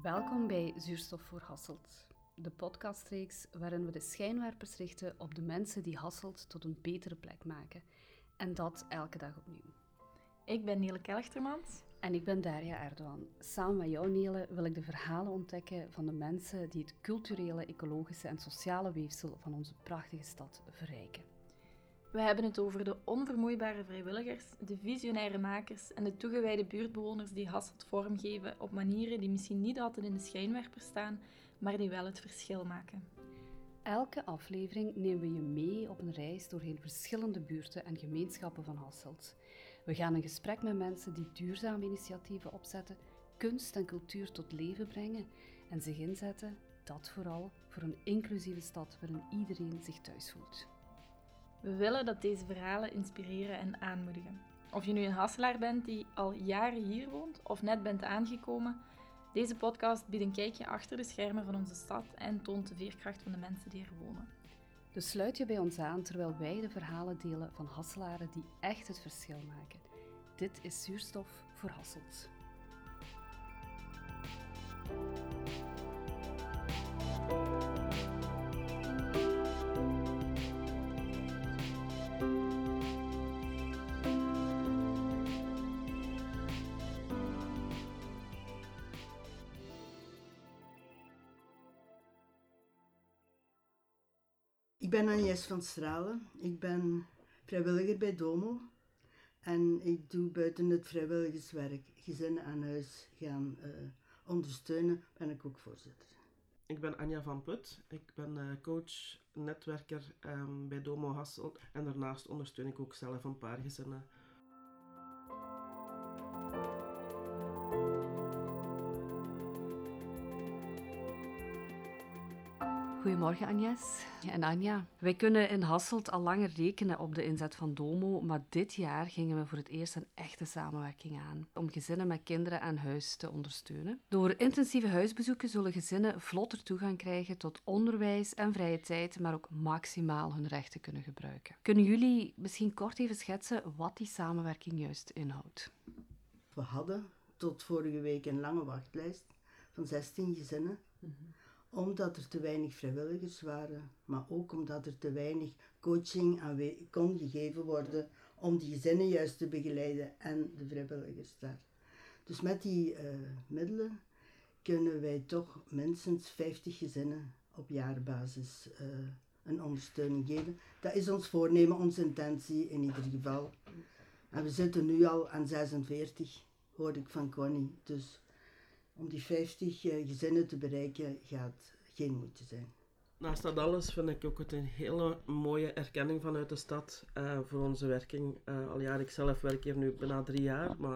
Welkom bij Zuurstof voor Hasselt, de podcastreeks waarin we de schijnwerpers richten op de mensen die Hasselt tot een betere plek maken. En dat elke dag opnieuw. Ik ben Nele Kelchtermans. En ik ben Daria Erdogan. Samen met jou, Nele, wil ik de verhalen ontdekken van de mensen die het culturele, ecologische en sociale weefsel van onze prachtige stad verrijken. We hebben het over de onvermoeibare vrijwilligers, de visionaire makers en de toegewijde buurtbewoners die Hasselt vormgeven op manieren die misschien niet altijd in de schijnwerper staan, maar die wel het verschil maken. Elke aflevering nemen we je mee op een reis doorheen verschillende buurten en gemeenschappen van Hasselt. We gaan in gesprek met mensen die duurzame initiatieven opzetten, kunst en cultuur tot leven brengen en zich inzetten, dat vooral, voor een inclusieve stad waarin iedereen zich thuis voelt. We willen dat deze verhalen inspireren en aanmoedigen. Of je nu een Hasselaar bent die al jaren hier woont of net bent aangekomen, deze podcast biedt een kijkje achter de schermen van onze stad en toont de veerkracht van de mensen die er wonen. Dus sluit je bij ons aan terwijl wij de verhalen delen van Hasselaren die echt het verschil maken. Dit is Zuurstof voor Hasselt. Ik ben Agnes van Stralen. Ik ben vrijwilliger bij Domo. En ik doe buiten het vrijwilligerswerk gezinnen aan huis gaan ondersteunen. Ben ik ook voorzitter. Ik ben Anja van Put. Ik ben coach, netwerker bij Domo Hasselt. En daarnaast ondersteun ik ook zelf een paar gezinnen. Goedemorgen Agnes en Anja. Wij kunnen in Hasselt al langer rekenen op de inzet van Domo, maar dit jaar gingen we voor het eerst een echte samenwerking aan om gezinnen met kinderen aan huis te ondersteunen. Door intensieve huisbezoeken zullen gezinnen vlotter toegang krijgen tot onderwijs en vrije tijd, maar ook maximaal hun rechten kunnen gebruiken. Kunnen jullie misschien kort even schetsen wat die samenwerking juist inhoudt? We hadden tot vorige week een lange wachtlijst van 16 gezinnen. Omdat er te weinig vrijwilligers waren, maar ook omdat er te weinig coaching kon gegeven worden om die gezinnen juist te begeleiden en de vrijwilligers daar. Dus met die middelen kunnen wij toch minstens 50 gezinnen op jaarbasis een ondersteuning geven. Dat is ons voornemen, onze intentie in ieder geval. En we zitten nu al aan 46, hoorde ik van Connie. Dus om die 50 gezinnen te bereiken gaat geen moeite zijn. Naast dat alles vind ik ook het een hele mooie erkenning vanuit de stad voor onze werking. Ik zelf werk hier nu bijna 3 jaar, maar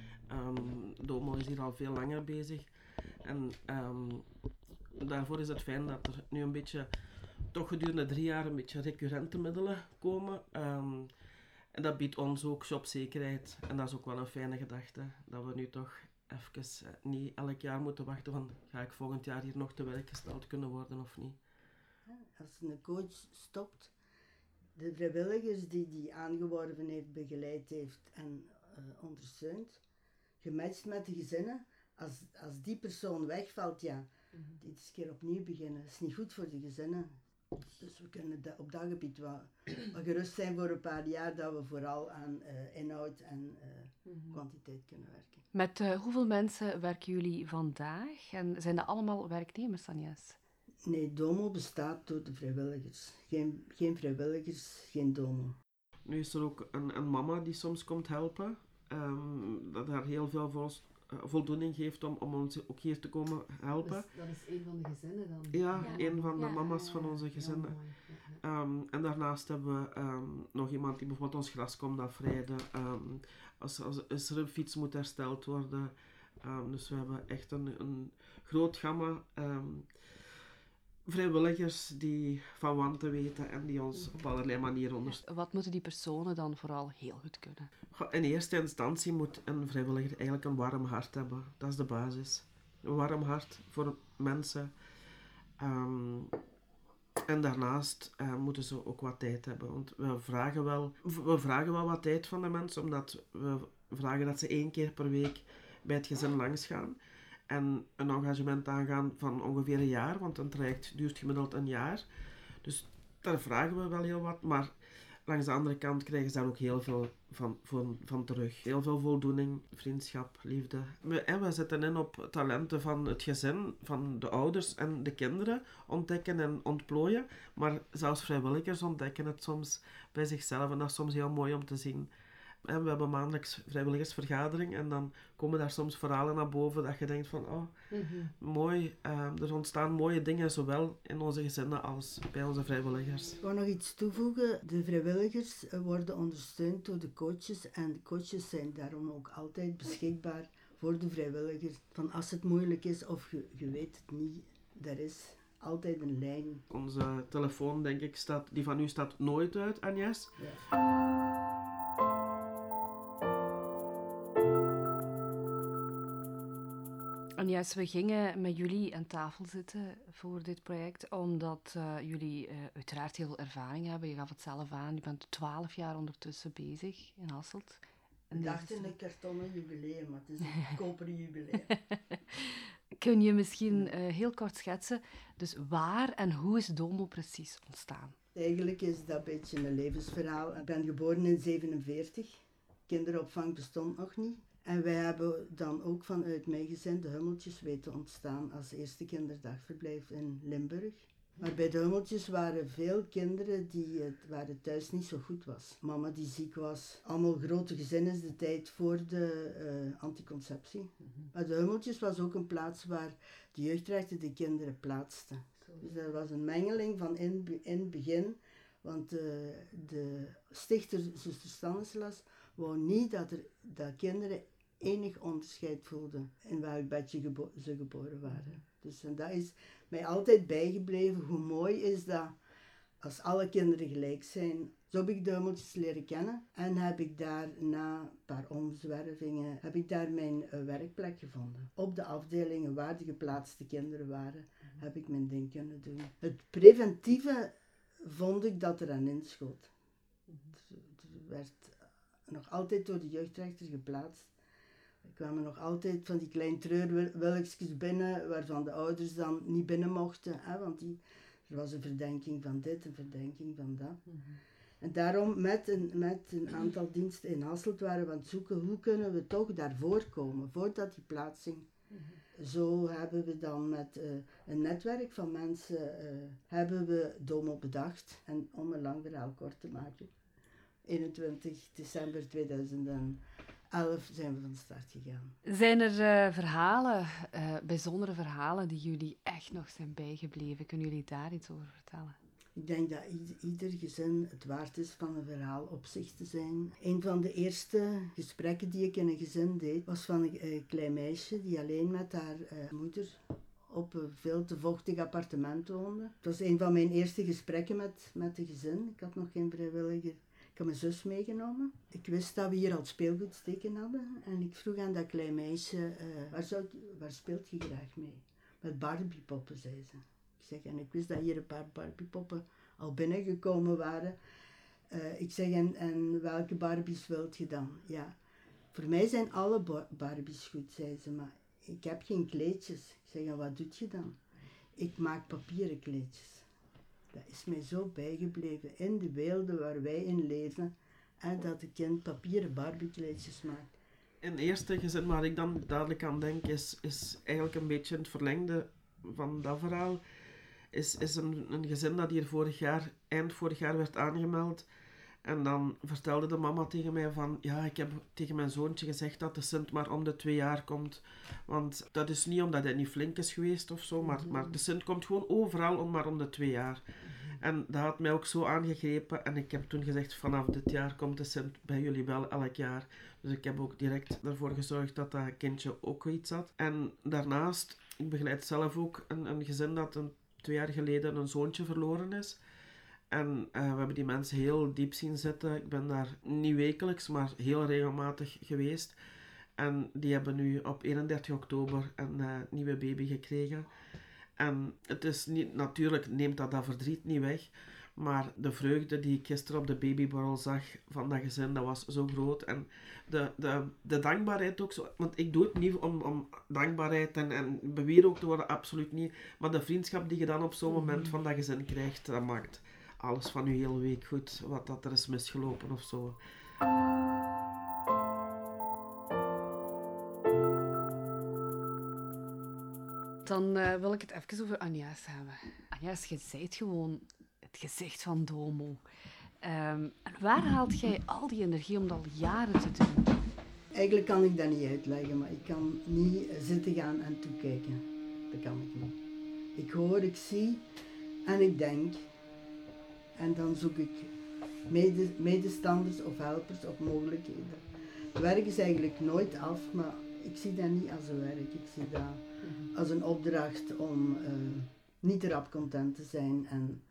Domo is hier al veel langer bezig. En daarvoor is het fijn dat er nu een beetje, toch gedurende 3 jaar, een beetje recurrente middelen komen. En dat biedt ons ook jobzekerheid. En dat is ook wel een fijne gedachte, dat we nu toch even niet elk jaar moeten wachten van ga ik volgend jaar hier nog te werk gesteld kunnen worden of niet. Als een coach stopt, de vrijwilligers die aangeworven heeft, begeleid heeft en ondersteunt, gematcht met de gezinnen, als die persoon wegvalt, dit is een keer opnieuw beginnen. Dat is niet goed voor de gezinnen. Dus we kunnen op dat gebied wel gerust zijn voor een paar jaar dat we vooral aan inhoud en kwantiteit kunnen werken. Met hoeveel mensen werken jullie vandaag en zijn dat allemaal werknemers, Agnes? Nee, Domo bestaat door de vrijwilligers. Geen vrijwilligers, geen Domo. Nu is er ook een mama die soms komt helpen, dat haar heel veel voldoening geeft om ons ook hier te komen helpen. Dat is een van de gezinnen dan? Ja, een van de mama's van onze gezinnen. En daarnaast hebben we nog iemand die bijvoorbeeld ons gras komt afrijden. Als er een fiets moet hersteld worden. Dus we hebben echt een groot gamma vrijwilligers die van wanten weten en die ons op allerlei manieren ondersteunen. Wat moeten die personen dan vooral heel goed kunnen? In eerste instantie moet een vrijwilliger eigenlijk een warm hart hebben. Dat is de basis. Een warm hart voor mensen. En daarnaast moeten ze ook wat tijd hebben. Want we vragen wel wat tijd van de mensen, omdat we vragen dat ze 1 keer per week bij het gezin langs gaan. En een engagement aangaan van ongeveer een jaar, want een traject duurt gemiddeld een jaar. Dus daar vragen we wel heel wat, maar langs de andere kant krijgen ze daar ook heel veel van terug. Heel veel voldoening, vriendschap, liefde. We zetten in op talenten van het gezin, van de ouders en de kinderen ontdekken en ontplooien. Maar zelfs vrijwilligers ontdekken het soms bij zichzelf en dat is soms heel mooi om te zien. En we hebben maandelijks vrijwilligersvergadering en dan komen daar soms verhalen naar boven dat je denkt van, mooi, er ontstaan mooie dingen zowel in onze gezinnen als bij onze vrijwilligers. Ik wou nog iets toevoegen. De vrijwilligers worden ondersteund door de coaches en de coaches zijn daarom ook altijd beschikbaar voor de vrijwilligers. Van als het moeilijk is of je weet het niet, er is altijd een lijn. Onze telefoon, denk ik, die van u staat nooit uit, Agnes. Ja. Agnes, we gingen met jullie aan tafel zitten voor dit project, omdat jullie uiteraard heel veel ervaring hebben. Je gaf het zelf aan, je bent 12 jaar ondertussen bezig in Hasselt. Ik dacht in een kartonnen jubileum, maar het is een koperen jubileum. Kun je misschien heel kort schetsen, dus waar en hoe is Domo precies ontstaan? Eigenlijk is dat een beetje een levensverhaal. Ik ben geboren in 1947. Kinderopvang bestond nog niet. En wij hebben dan ook vanuit mijn gezin de Hummeltjes weten ontstaan als eerste kinderdagverblijf in Limburg. Maar bij de Hummeltjes waren veel kinderen waar het thuis niet zo goed was. Mama die ziek was. Allemaal grote gezinnen, de tijd voor de anticonceptie. Maar de Hummeltjes was ook een plaats waar de jeugdrechten de kinderen plaatsten. Dus dat was een mengeling van in het begin. Want de stichter, zuster Stanislas, wou niet dat kinderen enig onderscheid voelden in welk bedje ze geboren waren. Dus en dat is mij altijd bijgebleven. Hoe mooi is dat als alle kinderen gelijk zijn. Zo heb ik de Hummeltjes leren kennen en heb ik daar na een paar omzwervingen mijn werkplek gevonden. Op de afdelingen waar de geplaatste kinderen waren, heb ik mijn ding kunnen doen. Het preventieve vond ik dat er aan inschoot. Er werd nog altijd door de jeugdrechter geplaatst. Er kwamen nog altijd van die kleine treurwilkjes binnen, waarvan de ouders dan niet binnen mochten. Want er was een verdenking van dit, een verdenking van dat. En daarom met een aantal diensten in Hasselt waren we aan het zoeken, hoe kunnen we toch daarvoor komen, voordat die plaatsing. Zo hebben we dan met een netwerk van mensen hebben we Domo bedacht. En om een lang verhaal kort te maken, 21 december 2011 zijn we van start gegaan. Zijn er bijzondere verhalen die jullie echt nog zijn bijgebleven? Kunnen jullie daar iets over vertellen? Ik denk dat ieder gezin het waard is van een verhaal op zich te zijn. Een van de eerste gesprekken die ik in een gezin deed, was van een klein meisje die alleen met haar moeder op een veel te vochtig appartement woonde. Het was een van mijn eerste gesprekken met de gezin. Ik had nog geen vrijwilliger. Ik had mijn zus meegenomen. Ik wist dat we hier al speelgoedsteken hadden. En ik vroeg aan dat klein meisje, waar speelt je graag mee? Met Barbiepoppen, zei ze. En ik wist dat hier een paar Barbiepoppen al binnengekomen waren. Ik zeg, en welke Barbies wilt je dan? Ja, voor mij zijn alle Barbies goed, zei ze, maar ik heb geen kleedjes. Ik zeg, en wat doet je dan? Ik maak papieren kleedjes. Dat is mij zo bijgebleven in de werelden waar wij in leven. En dat een kind papieren Barbiekleedjes maakt. Het eerste gezin waar ik dan dadelijk aan denk is eigenlijk een beetje het verlengde van dat verhaal. Is een gezin dat hier eind vorig jaar werd aangemeld. En dan vertelde de mama tegen mij van, ja, ik heb tegen mijn zoontje gezegd dat de Sint maar om de 2 jaar komt. Want dat is niet omdat hij niet flink is geweest of zo, maar de Sint komt gewoon overal maar om de 2 jaar. En dat had mij ook zo aangegrepen. En ik heb toen gezegd, vanaf dit jaar komt de Sint bij jullie wel elk jaar. Dus ik heb ook direct ervoor gezorgd dat dat kindje ook iets had. En daarnaast, ik begeleid zelf ook een gezin dat 2 jaar geleden een zoontje verloren is. En we hebben die mensen heel diep zien zitten. Ik ben daar niet wekelijks, maar heel regelmatig geweest. En die hebben nu op 31 oktober een nieuwe baby gekregen. En het is niet, natuurlijk neemt dat verdriet niet weg. Maar de vreugde die ik gisteren op de babyborrel zag van dat gezin, dat was zo groot. En de dankbaarheid ook zo. Want ik doe het niet om dankbaarheid en bewierookt te worden, absoluut niet. Maar de vriendschap die je dan op zo'n moment van dat gezin krijgt, dat maakt alles van je hele week goed. Wat dat er is misgelopen of zo. Dan wil ik het even over Agnes hebben. Agnes, je bent gewoon het gezicht van Domo. En waar haalt jij al die energie om dat al jaren te doen? Eigenlijk kan ik dat niet uitleggen, maar ik kan niet zitten gaan en toekijken. Dat kan ik niet. Ik hoor, ik zie en ik denk. En dan zoek ik medestanders of helpers of mogelijkheden. Het werk is eigenlijk nooit af, maar ik zie dat niet als een werk. Ik zie dat als een opdracht om niet te rap content te zijn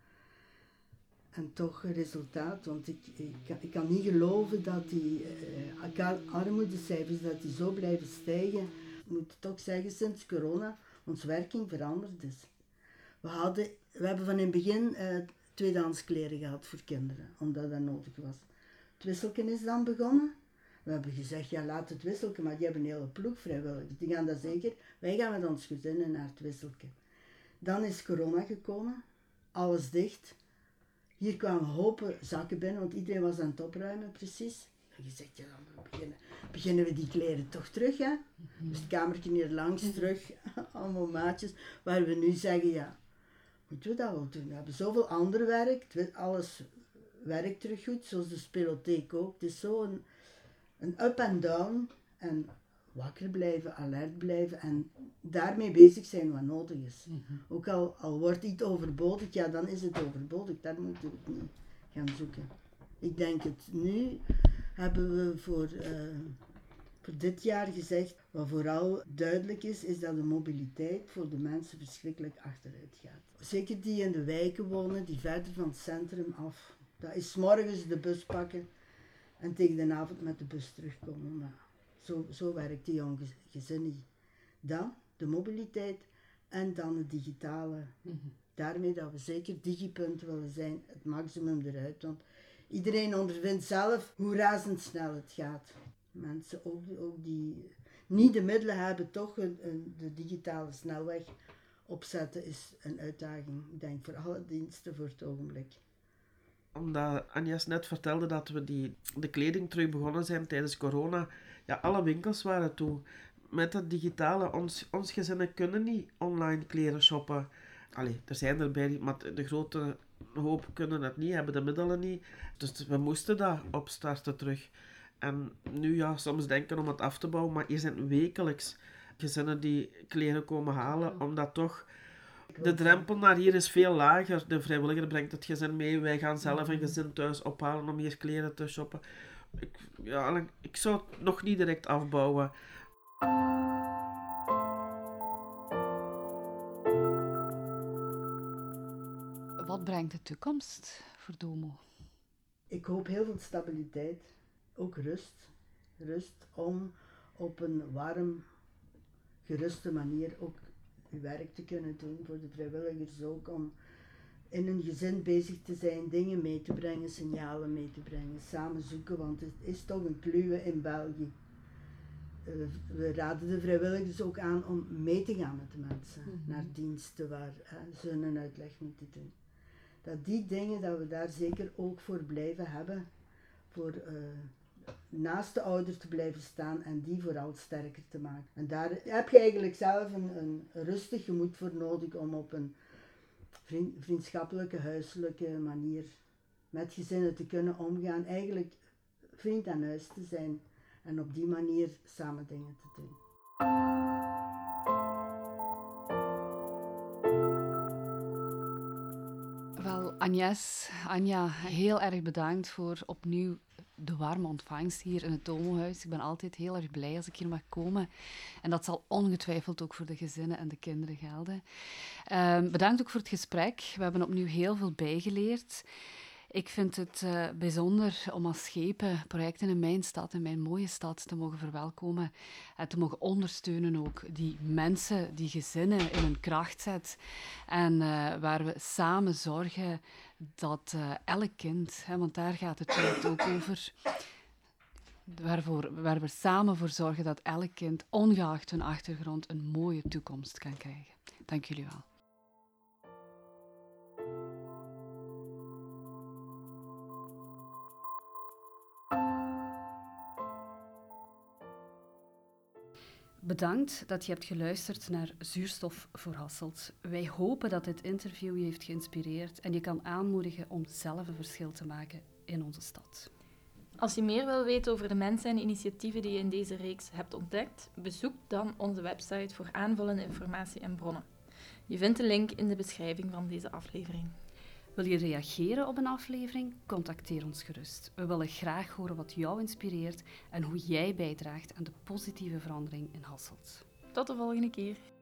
en toch een resultaat. Want ik kan niet geloven dat die armoedecijfers dat die zo blijven stijgen. Ik moet toch zeggen, sinds corona onze werking veranderd is. We hebben van in het begin tweedehands kleren gehad voor kinderen, omdat dat nodig was. Het wisselken is dan begonnen. We hebben gezegd, ja, laat het wisselken, maar die hebben een hele ploeg vrijwilligers. Die gaan dat zeker. Wij gaan met ons gezinnen naar het wisselken. Dan is corona gekomen, alles dicht. Hier kwamen hopen zakken binnen, want iedereen was aan het opruimen, precies. En je zegt, ja, dan beginnen we die kleren toch terug, hè? Dus het kamertje hier langs terug, allemaal maatjes, waar we nu zeggen, ja, moeten we dat wel doen? We hebben zoveel ander werk, alles werkt terug goed, zoals de spelotheek ook. Het is zo een up en down en wakker blijven, alert blijven en daarmee bezig zijn wat nodig is. Ook al wordt iets overbodig, ja, dan is het overbodig. Daar moeten we het niet gaan zoeken. Ik denk het nu hebben we voor dit jaar gezegd, wat vooral duidelijk is dat de mobiliteit voor de mensen verschrikkelijk achteruit gaat. Zeker die in de wijken wonen, die verder van het centrum af. Dat is 's morgens de bus pakken en tegen de avond met de bus terugkomen. Maar zo werkt die jong gezin niet. Dan de mobiliteit en dan het digitale. Daarmee dat we zeker digipunt willen zijn, het maximum eruit. Want iedereen ondervindt zelf hoe razendsnel het gaat. Mensen ook die niet de middelen hebben, toch de digitale snelweg opzetten is een uitdaging. Ik denk voor alle diensten voor het ogenblik. Omdat Agnes net vertelde dat we de kleding terug begonnen zijn tijdens corona. Ja, alle winkels waren toe. Met dat digitale, ons gezinnen kunnen niet online kleren shoppen. Allee, er zijn erbij, maar de grote hoop kunnen het niet, hebben de middelen niet. Dus we moesten dat opstarten terug. En nu ja, soms denken om het af te bouwen, maar hier zijn wekelijks gezinnen die kleren komen halen, omdat toch de drempel naar hier is veel lager. De vrijwilliger brengt het gezin mee, wij gaan zelf een gezin thuis ophalen om hier kleren te shoppen. Ik zou het nog niet direct afbouwen. Wat brengt de toekomst voor Domo? Ik hoop heel veel stabiliteit, ook rust. Rust om op een warm, geruste manier ook uw werk te kunnen doen. Voor de vrijwilligers ook om in een gezin bezig te zijn, dingen mee te brengen, signalen mee te brengen, samen zoeken, want het is toch een kluwe in België. We raden de vrijwilligers ook aan om mee te gaan met de mensen naar diensten waar ze een uitleg moeten doen. Dat die dingen, dat we daar zeker ook voor blijven hebben, voor naast de ouder te blijven staan en die vooral sterker te maken. En daar heb je eigenlijk zelf een rustig gemoed voor nodig om op een vriendschappelijke, huiselijke manier met gezinnen te kunnen omgaan. Eigenlijk vriend aan huis te zijn en op die manier samen dingen te doen. Wel, Agnes, Anja, heel erg bedankt voor opnieuw de warme ontvangst hier in het Domohuis. Ik ben altijd heel erg blij als ik hier mag komen. En dat zal ongetwijfeld ook voor de gezinnen en de kinderen gelden. Bedankt ook voor het gesprek. We hebben opnieuw heel veel bijgeleerd. Ik vind het bijzonder om als schepen projecten in mijn stad, in mijn mooie stad, te mogen verwelkomen. En te mogen ondersteunen ook die mensen, die gezinnen in hun kracht zet. En waar we samen zorgen dat elk kind, want daar gaat het project ook over, waar we samen voor zorgen dat elk kind, ongeacht hun achtergrond, een mooie toekomst kan krijgen. Dank jullie wel. Bedankt dat je hebt geluisterd naar Zuurstof voor Hasselt. Wij hopen dat dit interview je heeft geïnspireerd en je kan aanmoedigen om zelf een verschil te maken in onze stad. Als je meer wil weten over de mensen en initiatieven die je in deze reeks hebt ontdekt, bezoek dan onze website voor aanvullende informatie en bronnen. Je vindt de link in de beschrijving van deze aflevering. Wil je reageren op een aflevering? Contacteer ons gerust. We willen graag horen wat jou inspireert en hoe jij bijdraagt aan de positieve verandering in Hasselt. Tot de volgende keer.